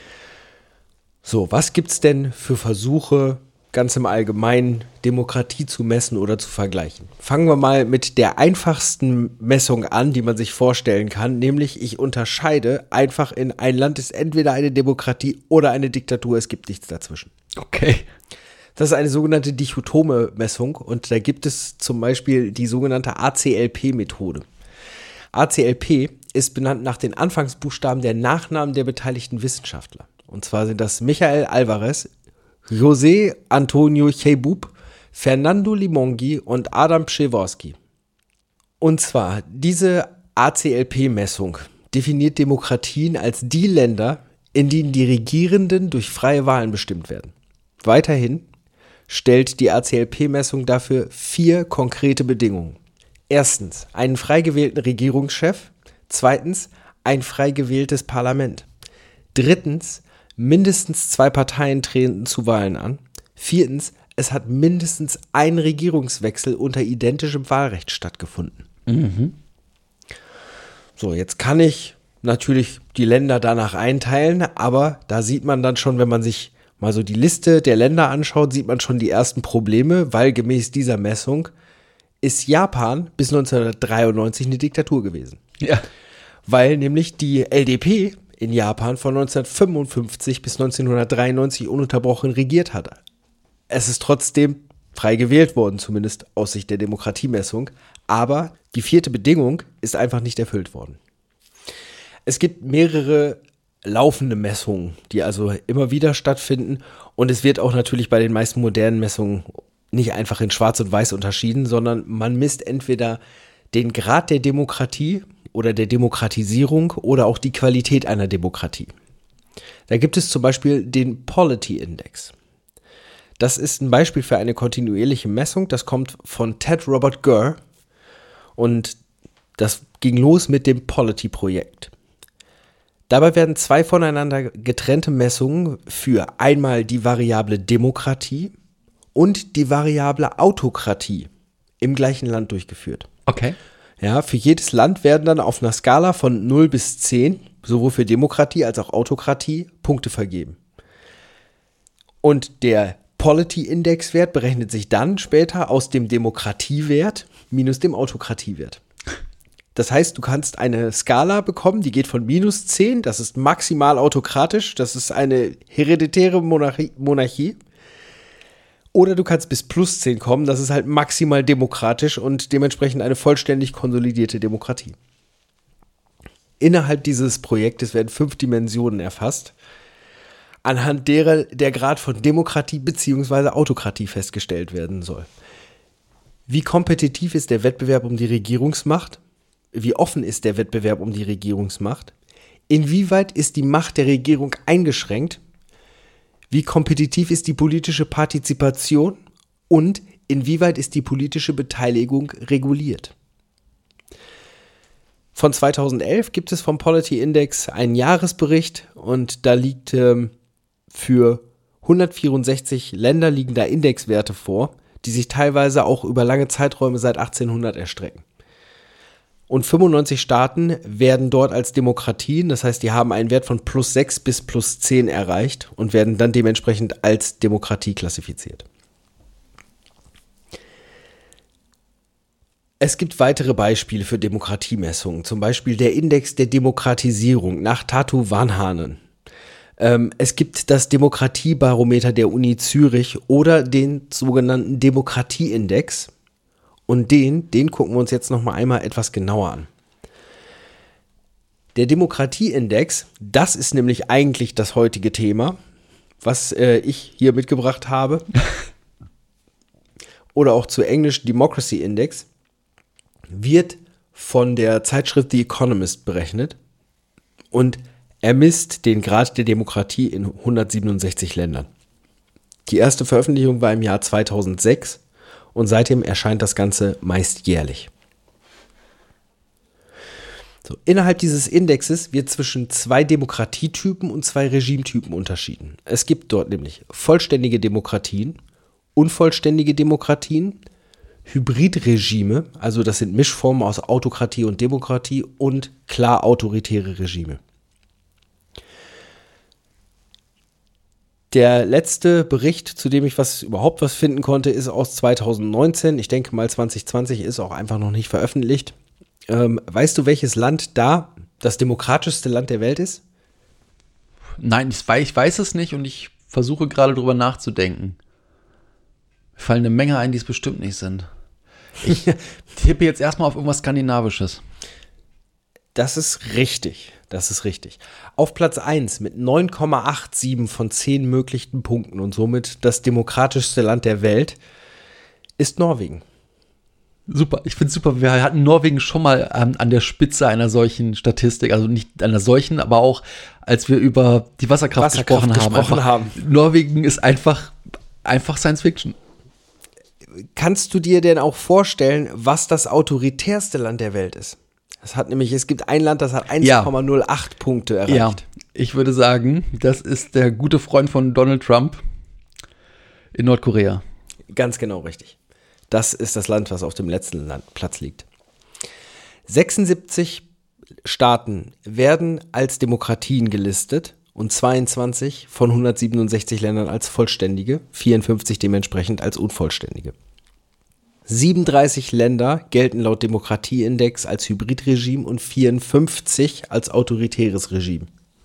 So, was gibt's denn für Versuche, ganz im Allgemeinen Demokratie zu messen oder zu vergleichen? Fangen wir mal mit der einfachsten Messung an, die man sich vorstellen kann, nämlich ich unterscheide einfach in ein Land ist entweder eine Demokratie oder eine Diktatur, es gibt nichts dazwischen. Okay. Das ist eine sogenannte dichotome Messung und da gibt es zum Beispiel die sogenannte A C L P-Methode. A C L P ist benannt nach den Anfangsbuchstaben der Nachnamen der beteiligten Wissenschaftler. Und zwar sind das Michael Alvarez, José Antonio Chebub, Fernando Limongi und Adam Przeworski. Und zwar, diese A C L P-Messung definiert Demokratien als die Länder, in denen die Regierenden durch freie Wahlen bestimmt werden. Weiterhin stellt die A C L P-Messung dafür vier konkrete Bedingungen. Erstens, einen frei gewählten Regierungschef. Zweitens, ein frei gewähltes Parlament. Drittens, mindestens zwei Parteien treten zu Wahlen an. Viertens, es hat mindestens ein Regierungswechsel unter identischem Wahlrecht stattgefunden. Mhm. So, jetzt kann ich natürlich die Länder danach einteilen, aber da sieht man dann schon, wenn man sich mal so die Liste der Länder anschaut, sieht man schon die ersten Probleme, weil gemäß dieser Messung ist Japan bis neunzehnhundertdreiundneunzig eine Diktatur gewesen. Ja. Weil nämlich die L D P in Japan von neunzehnhundertfünfundfünfzig bis neunzehnhundertdreiundneunzig ununterbrochen regiert hatte. Es ist trotzdem frei gewählt worden, zumindest aus Sicht der Demokratiemessung, aber die vierte Bedingung ist einfach nicht erfüllt worden. Es gibt mehrere laufende Messungen, die also immer wieder stattfinden und es wird auch natürlich bei den meisten modernen Messungen nicht einfach in Schwarz und Weiß unterschieden, sondern man misst entweder den Grad der Demokratie oder der Demokratisierung oder auch die Qualität einer Demokratie. Da gibt es zum Beispiel den Polity Index. Das ist ein Beispiel für eine kontinuierliche Messung. Das kommt von Ted Robert Gurr und das ging los mit dem Polity-Projekt. Dabei werden zwei voneinander getrennte Messungen für einmal die Variable Demokratie und die Variable Autokratie im gleichen Land durchgeführt. Okay. Ja, für jedes Land werden dann auf einer Skala von null bis zehn, sowohl für Demokratie als auch Autokratie, Punkte vergeben. Und der Polity-Index-Wert berechnet sich dann später aus dem Demokratiewert minus dem Autokratiewert. Das heißt, du kannst eine Skala bekommen, die geht von minus zehn, das ist maximal autokratisch, das ist eine hereditäre Monarchie, Monarchie. Oder du kannst bis plus zehn kommen, das ist halt maximal demokratisch und dementsprechend eine vollständig konsolidierte Demokratie. Innerhalb dieses Projektes werden fünf Dimensionen erfasst, anhand derer der Grad von Demokratie bzw. Autokratie festgestellt werden soll. Wie kompetitiv ist der Wettbewerb um die Regierungsmacht? Wie offen ist der Wettbewerb um die Regierungsmacht? Inwieweit ist die Macht der Regierung eingeschränkt? Wie kompetitiv ist die politische Partizipation? Und inwieweit ist die politische Beteiligung reguliert? Von zweitausendelf gibt es vom Polity Index einen Jahresbericht und da liegt ähm, für hundertvierundsechzig Länder liegen da Indexwerte vor, die sich teilweise auch über lange Zeiträume seit achtzehnhundert erstrecken. Und fünfundneunzig Staaten werden dort als Demokratien, das heißt, die haben einen Wert von plus sechs bis plus zehn erreicht und werden dann dementsprechend als Demokratie klassifiziert. Es gibt weitere Beispiele für Demokratiemessungen, zum Beispiel der Index der Demokratisierung nach Tatu Vanhanen. Ähm, es gibt das Demokratiebarometer der Uni Zürich oder den sogenannten Demokratieindex. Und den, den gucken wir uns jetzt noch mal einmal etwas genauer an. Der Demokratieindex, das ist nämlich eigentlich das heutige Thema, was äh, ich hier mitgebracht habe. Oder auch zu Englisch Democracy Index, wird von der Zeitschrift The Economist berechnet und er misst den Grad der Demokratie in hundertsiebenundsechzig Ländern. Die erste Veröffentlichung war im Jahr zweitausendsechs und seitdem erscheint das Ganze meist jährlich. So, innerhalb dieses Indexes wird zwischen zwei Demokratietypen und zwei Regimetypen unterschieden. Es gibt dort nämlich vollständige Demokratien, unvollständige Demokratien, Hybridregime, also das sind Mischformen aus Autokratie und Demokratie und klar autoritäre Regime. Der letzte Bericht, zu dem ich was überhaupt was finden konnte, ist aus zweitausendneunzehn. Ich denke mal zwanzig zwanzig ist auch einfach noch nicht veröffentlicht. Ähm, weißt du, welches Land da das demokratischste Land der Welt ist? Nein, ich weiß, ich weiß es nicht und ich versuche gerade drüber nachzudenken. Mir fallen eine Menge ein, die es bestimmt nicht sind. Ich tippe jetzt erstmal auf irgendwas Skandinavisches. Das ist richtig. Das ist richtig. Auf Platz eins mit neun Komma siebenundachtzig von zehn möglichen Punkten und somit das demokratischste Land der Welt ist Norwegen. Super, ich finde es super. Wir hatten Norwegen schon mal ähm, an der Spitze einer solchen Statistik, also nicht einer solchen, aber auch als wir über die Wasserkraft, Wasserkraft gesprochen, haben, gesprochen einfach, haben. Norwegen ist einfach, einfach Science Fiction. Kannst du dir denn auch vorstellen, was das autoritärste Land der Welt ist? Das hat nämlich, es gibt ein Land, das hat eins Komma null acht ja. Punkte erreicht. Ja, ich würde sagen, das ist der gute Freund von Donald Trump in Nordkorea. Ganz genau richtig. Das ist das Land, was auf dem letzten Land, Platz liegt. sechsundsiebzig Staaten werden als Demokratien gelistet und zweiundzwanzig von hundertsiebenundsechzig Ländern als vollständige, vierundfünfzig dementsprechend als unvollständige. siebenunddreißig Länder gelten laut Demokratieindex als Hybridregime und vierundfünfzig als autoritäres Regime.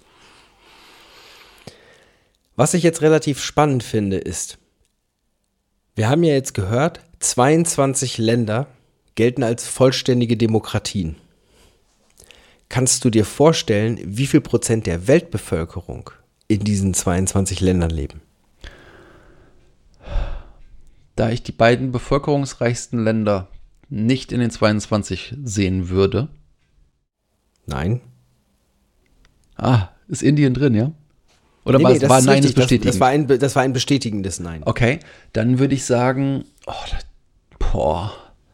Was ich jetzt relativ spannend finde, ist, wir haben ja jetzt gehört, zweiundzwanzig Länder gelten als vollständige Demokratien. Kannst du dir vorstellen, wie viel Prozent der Weltbevölkerung in diesen zweiundzwanzig Ländern leben? Da ich die beiden bevölkerungsreichsten Länder nicht in den zweiundzwanzig sehen würde. Nein. Ah, ist Indien drin, ja? Oder nee, war nee, es das war ist Nein, richtig. ist bestätigend? Das, das, war ein, das war ein bestätigendes Nein. Okay, dann würde ich sagen, oh, das, boah,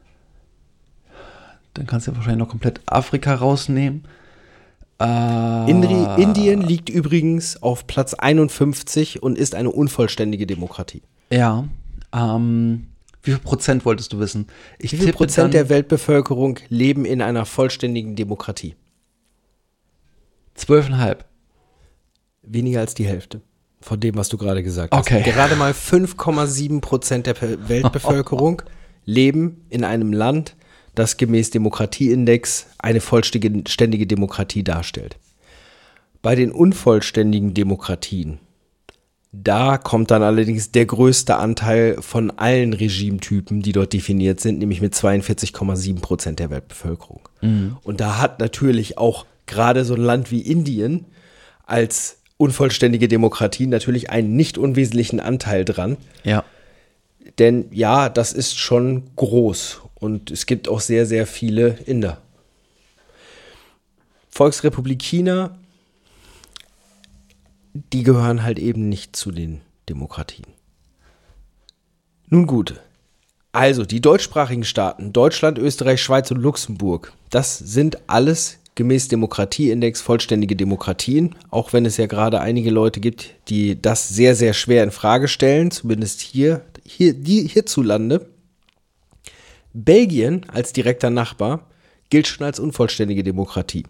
dann kannst du ja wahrscheinlich noch komplett Afrika rausnehmen. Äh, Indri, Indien liegt übrigens auf Platz einundfünfzig und ist eine unvollständige Demokratie. Ja, ähm, wie viel Prozent wolltest du wissen? Ich wie viel Prozent dann, der Weltbevölkerung leben in einer vollständigen Demokratie? Zwölf Komma fünf. Weniger als die Hälfte von dem, was du gerade gesagt hast. Okay. Gerade mal fünf Komma sieben Prozent der Weltbevölkerung leben in einem Land, das gemäß Demokratieindex eine vollständige Demokratie darstellt. Bei den unvollständigen Demokratien Da kommt dann allerdings der größte Anteil von allen Regimetypen, die dort definiert sind, nämlich mit zweiundvierzig Komma sieben Prozent der Weltbevölkerung. Mhm. Und da hat natürlich auch gerade so ein Land wie Indien als unvollständige Demokratie natürlich einen nicht unwesentlichen Anteil dran. Ja. Denn ja, das ist schon groß und es gibt auch sehr, sehr viele Inder. Volksrepublik China, die gehören halt eben nicht zu den Demokratien. Nun gut, also die deutschsprachigen Staaten, Deutschland, Österreich, Schweiz und Luxemburg, das sind alles gemäß Demokratieindex vollständige Demokratien, auch wenn es ja gerade einige Leute gibt, die das sehr, sehr schwer in Frage stellen, zumindest hier, hier die, hierzulande. Belgien als direkter Nachbar gilt schon als unvollständige Demokratie.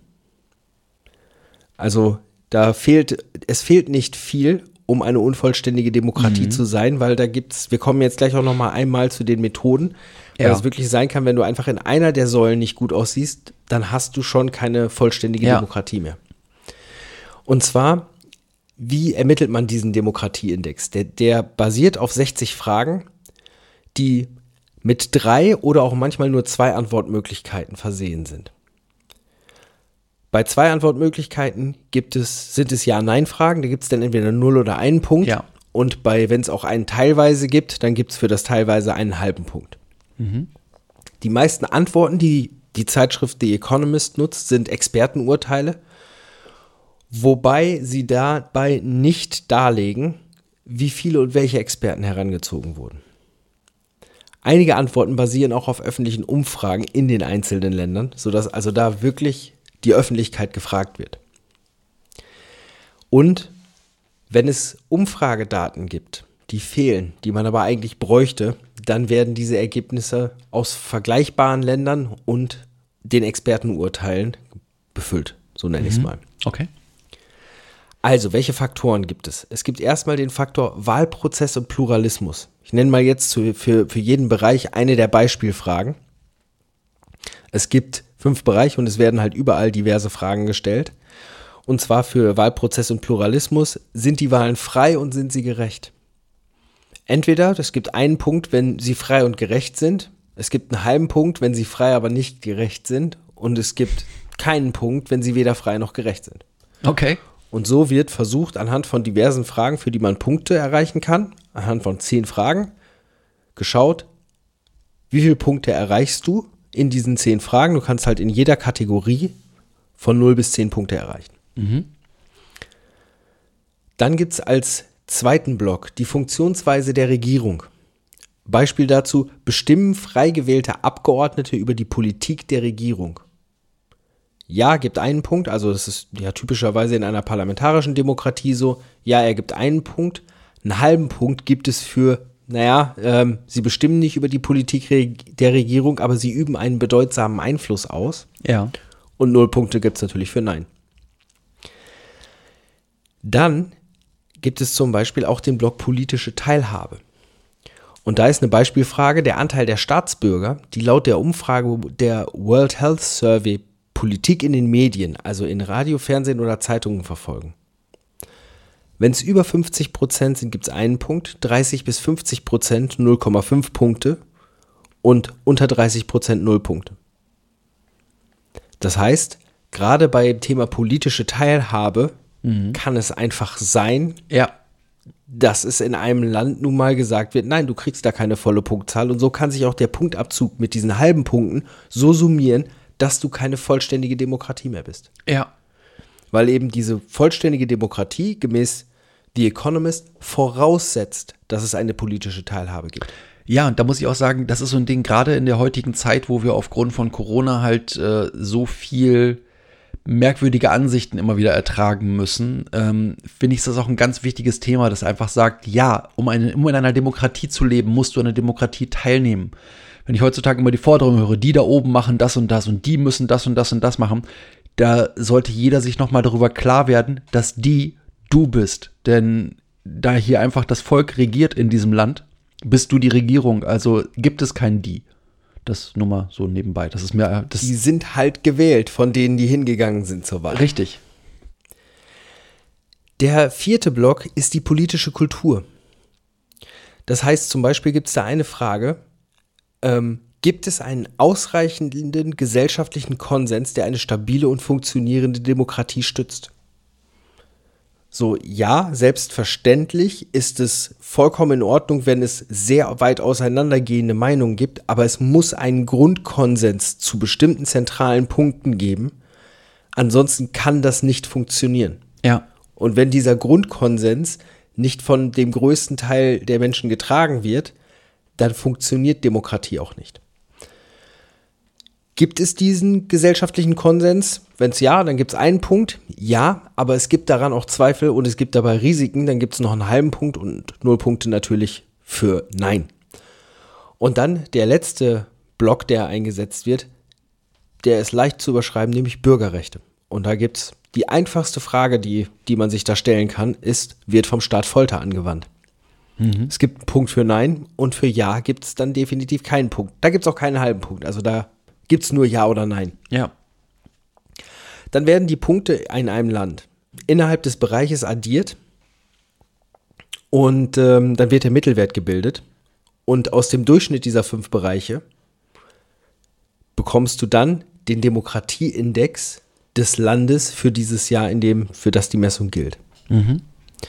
Also da fehlt, es fehlt nicht viel, um eine unvollständige Demokratie mhm. zu sein, weil da gibt's, wir kommen jetzt gleich auch noch mal einmal zu den Methoden, weil ja. es wirklich sein kann, wenn du einfach in einer der Säulen nicht gut aussiehst, dann hast du schon keine vollständige ja. Demokratie mehr. Und zwar, wie ermittelt man diesen Demokratieindex? Der, der basiert auf sechzig Fragen, die mit drei oder auch manchmal nur zwei Antwortmöglichkeiten versehen sind. Bei zwei Antwortmöglichkeiten gibt es, sind es Ja-Nein-Fragen, da gibt es dann entweder null oder einen Punkt. Ja. Und bei, wenn es auch einen teilweise gibt, dann gibt es für das teilweise einen halben Punkt. Mhm. Die meisten Antworten, die die Zeitschrift The Economist nutzt, sind Expertenurteile, wobei sie dabei nicht darlegen, wie viele und welche Experten herangezogen wurden. Einige Antworten basieren auch auf öffentlichen Umfragen in den einzelnen Ländern, sodass also da wirklich die Öffentlichkeit gefragt wird. Und wenn es Umfragedaten gibt, die fehlen, die man aber eigentlich bräuchte, dann werden diese Ergebnisse aus vergleichbaren Ländern und den Expertenurteilen befüllt, so nenne ich es mal. Okay. Also, welche Faktoren gibt es? Es gibt erstmal den Faktor Wahlprozess und Pluralismus. Ich nenne mal jetzt für, für jeden Bereich eine der Beispielfragen. Es gibt fünf Bereiche und es werden halt überall diverse Fragen gestellt. Und zwar für Wahlprozess und Pluralismus: Sind die Wahlen frei und sind sie gerecht? Entweder es gibt einen Punkt, wenn sie frei und gerecht sind. Es gibt einen halben Punkt, wenn sie frei, aber nicht gerecht sind. Und es gibt keinen Punkt, wenn sie weder frei noch gerecht sind. Okay. Und so wird versucht, anhand von diversen Fragen, für die man Punkte erreichen kann, anhand von zehn Fragen, geschaut, wie viele Punkte erreichst du in diesen zehn Fragen. Du kannst halt in jeder Kategorie von null bis zehn Punkte erreichen. Mhm. Dann gibt es als zweiten Block die Funktionsweise der Regierung. Beispiel dazu: Bestimmen frei gewählte Abgeordnete über die Politik der Regierung. Ja, gibt einen Punkt, also das ist ja typischerweise in einer parlamentarischen Demokratie so. Ja, er gibt einen Punkt. Einen halben Punkt gibt es für, naja, ähm, sie bestimmen nicht über die Politik re- der Regierung, aber sie üben einen bedeutsamen Einfluss aus. Ja. Und null Punkte gibt es natürlich für Nein. Dann gibt es zum Beispiel auch den Block politische Teilhabe. Und da ist eine Beispielfrage: Der Anteil der Staatsbürger, die laut der Umfrage der World Health Survey Politik in den Medien, also in Radio, Fernsehen oder Zeitungen verfolgen. Wenn es über fünfzig Prozent sind, gibt es einen Punkt, dreißig bis fünfzig Prozent null Komma fünf Punkte und unter dreißig Prozent null Punkte. Das heißt, gerade beim Thema politische Teilhabe mhm. kann es einfach sein, ja. dass es in einem Land nun mal gesagt wird, nein, du kriegst da keine volle Punktzahl, und so kann sich auch der Punktabzug mit diesen halben Punkten so summieren, dass du keine vollständige Demokratie mehr bist. Ja. Weil eben diese vollständige Demokratie gemäß The Economist voraussetzt, dass es eine politische Teilhabe gibt. Ja, und da muss ich auch sagen, das ist so ein Ding, gerade in der heutigen Zeit, wo wir aufgrund von Corona halt äh, so viel merkwürdige Ansichten immer wieder ertragen müssen, ähm, finde ich das auch ein ganz wichtiges Thema, das einfach sagt, ja, um, eine, um in einer Demokratie zu leben, musst du an der Demokratie teilnehmen. Wenn ich heutzutage immer die Forderung höre, die da oben machen das und das und die müssen das und das und das machen, da sollte jeder sich nochmal darüber klar werden, dass die du bist. Denn da hier einfach das Volk regiert in diesem Land, bist du die Regierung. Also gibt es kein die. Das nur mal so nebenbei. Das ist mir, das die sind halt gewählt von denen, die hingegangen sind zur Wahl. Richtig. Der vierte Block ist die politische Kultur. Das heißt, zum Beispiel gibt es da eine Frage, ähm, gibt es einen ausreichenden gesellschaftlichen Konsens, der eine stabile und funktionierende Demokratie stützt? So, ja, selbstverständlich ist es vollkommen in Ordnung, wenn es sehr weit auseinandergehende Meinungen gibt, aber es muss einen Grundkonsens zu bestimmten zentralen Punkten geben. Ansonsten kann das nicht funktionieren. Ja. Und wenn dieser Grundkonsens nicht von dem größten Teil der Menschen getragen wird, dann funktioniert Demokratie auch nicht. Gibt es diesen gesellschaftlichen Konsens? Wenn es ja, dann gibt es einen Punkt. Ja, aber es gibt daran auch Zweifel und es gibt dabei Risiken. Dann gibt es noch einen halben Punkt und null Punkte natürlich für Nein. Und dann der letzte Block, der eingesetzt wird, der ist leicht zu überschreiben, nämlich Bürgerrechte. Und da gibt es die einfachste Frage, die, die man sich da stellen kann, ist, wird vom Staat Folter angewandt? Mhm. Es gibt einen Punkt für Nein und für Ja gibt es dann definitiv keinen Punkt. Da gibt es auch keinen halben Punkt. Also da gibt es nur Ja oder Nein. Ja. Dann werden die Punkte in einem Land innerhalb des Bereiches addiert und ähm, dann wird der Mittelwert gebildet. Und aus dem Durchschnitt dieser fünf Bereiche bekommst du dann den Demokratieindex des Landes für dieses Jahr, in dem, für das die Messung gilt. Mhm.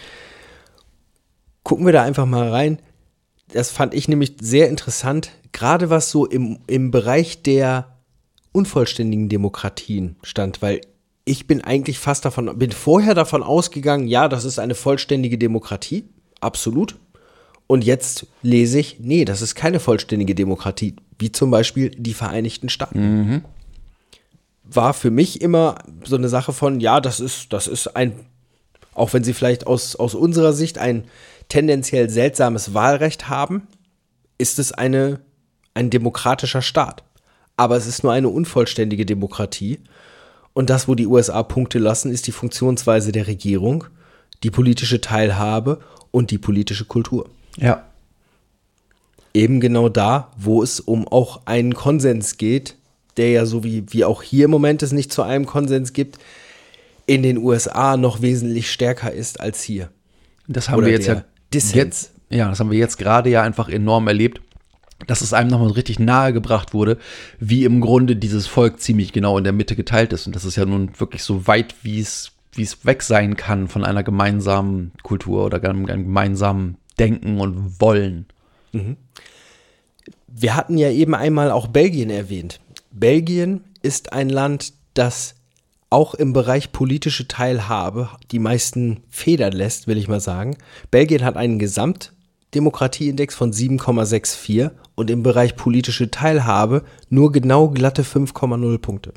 Gucken wir da einfach mal rein. Das fand ich nämlich sehr interessant, gerade was so im, im Bereich der unvollständigen Demokratien stand, weil ich bin eigentlich fast davon, bin vorher davon ausgegangen, ja, das ist eine vollständige Demokratie, absolut. Und jetzt lese ich, nee, das ist keine vollständige Demokratie, wie zum Beispiel die Vereinigten Staaten. Mhm. War für mich immer so eine Sache von, ja, das ist, das ist ein, auch wenn sie vielleicht aus, aus unserer Sicht ein tendenziell seltsames Wahlrecht haben, ist es eine, ein demokratischer Staat. Aber es ist nur eine unvollständige Demokratie. Und das, wo die U S A Punkte lassen, ist die Funktionsweise der Regierung, die politische Teilhabe und die politische Kultur. Ja. Eben genau da, wo es um auch einen Konsens geht, der ja so wie, wie auch hier im Moment es nicht zu einem Konsens gibt, in den U S A noch wesentlich stärker ist als hier. Das haben Oder wir jetzt der ja Dissens. jetzt, ja, das haben wir jetzt gerade ja einfach enorm erlebt, dass es einem nochmal richtig nahe gebracht wurde, wie im Grunde dieses Volk ziemlich genau in der Mitte geteilt ist. Und das ist ja nun wirklich so weit, wie es, wie es weg sein kann von einer gemeinsamen Kultur oder einem, einem gemeinsamen Denken und Wollen. Mhm. Wir hatten ja eben einmal auch Belgien erwähnt. Belgien ist ein Land, das auch im Bereich politische Teilhabe die meisten federn lässt, will ich mal sagen. Belgien hat einen Gesamtdemokratieindex von sieben Komma vierundsechzig und im Bereich politische Teilhabe nur genau glatte fünf Komma null Punkte.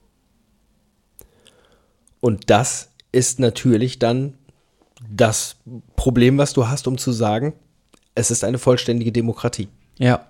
Und das ist natürlich dann das Problem, was du hast, um zu sagen, es ist eine vollständige Demokratie. Ja.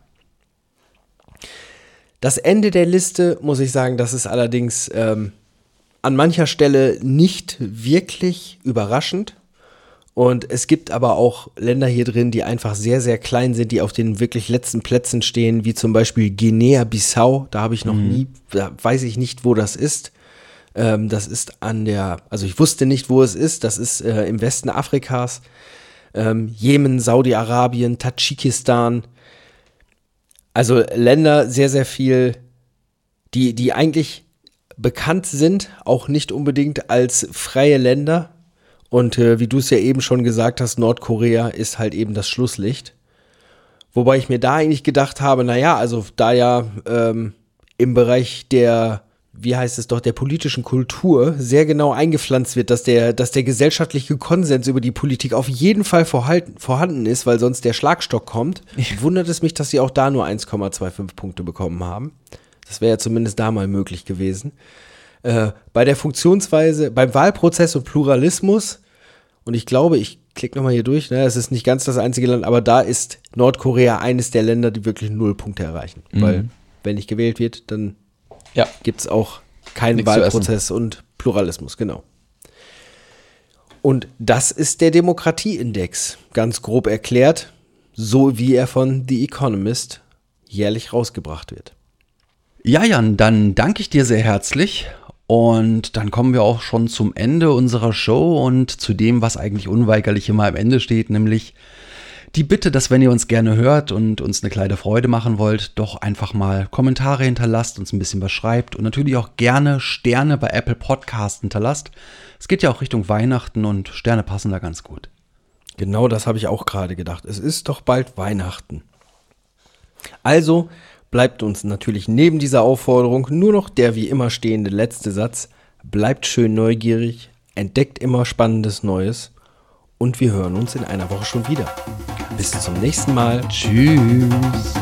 Das Ende der Liste, muss ich sagen, das ist allerdings ähm, an mancher Stelle nicht wirklich überraschend. Und es gibt aber auch Länder hier drin, die einfach sehr, sehr klein sind, die auf den wirklich letzten Plätzen stehen, wie zum Beispiel Guinea-Bissau. Da habe ich noch mhm. nie, da weiß ich nicht, wo das ist. Ähm, das ist an der, also ich wusste nicht, wo es ist. Das ist äh, im Westen Afrikas. Ähm, Jemen, Saudi-Arabien, Tadschikistan. Also Länder sehr, sehr viel, die, die eigentlich bekannt sind, auch nicht unbedingt als freie Länder. Und äh, wie du es ja eben schon gesagt hast, Nordkorea ist halt eben das Schlusslicht. Wobei ich mir da eigentlich gedacht habe, naja, also da ja ähm, im Bereich der, wie heißt es doch, der politischen Kultur sehr genau eingepflanzt wird, dass der, dass der gesellschaftliche Konsens über die Politik auf jeden Fall vorhalten, vorhanden ist, weil sonst der Schlagstock kommt, ja. Wundert es mich, dass sie auch da nur eins Komma fünfundzwanzig Punkte bekommen haben. Das wäre ja zumindest da mal möglich gewesen. Äh, bei der Funktionsweise, beim Wahlprozess und Pluralismus, und ich glaube, ich klicke nochmal hier durch, ne, es ist nicht ganz das einzige Land, aber da ist Nordkorea eines der Länder, die wirklich null Punkte erreichen. Mhm. Weil, wenn nicht gewählt wird, dann ja. gibt es auch keinen Nichts Wahlprozess und Pluralismus, genau. Und das ist der Demokratieindex, ganz grob erklärt, so wie er von The Economist jährlich rausgebracht wird. Ja, Jan, dann danke ich dir sehr herzlich Und dann kommen wir auch schon zum Ende unserer Show und zu dem, was eigentlich unweigerlich immer am Ende steht, nämlich die Bitte, dass wenn ihr uns gerne hört und uns eine kleine Freude machen wollt, doch einfach mal Kommentare hinterlasst, uns ein bisschen was schreibt und natürlich auch gerne Sterne bei Apple Podcast hinterlasst. Es geht ja auch Richtung Weihnachten und Sterne passen da ganz gut. Genau das habe ich auch gerade gedacht. Es ist doch bald Weihnachten. Also bleibt uns natürlich neben dieser Aufforderung nur noch der wie immer stehende letzte Satz. Bleibt schön neugierig, entdeckt immer Spannendes Neues und wir hören uns in einer Woche schon wieder. Bis zum nächsten Mal. Tschüss.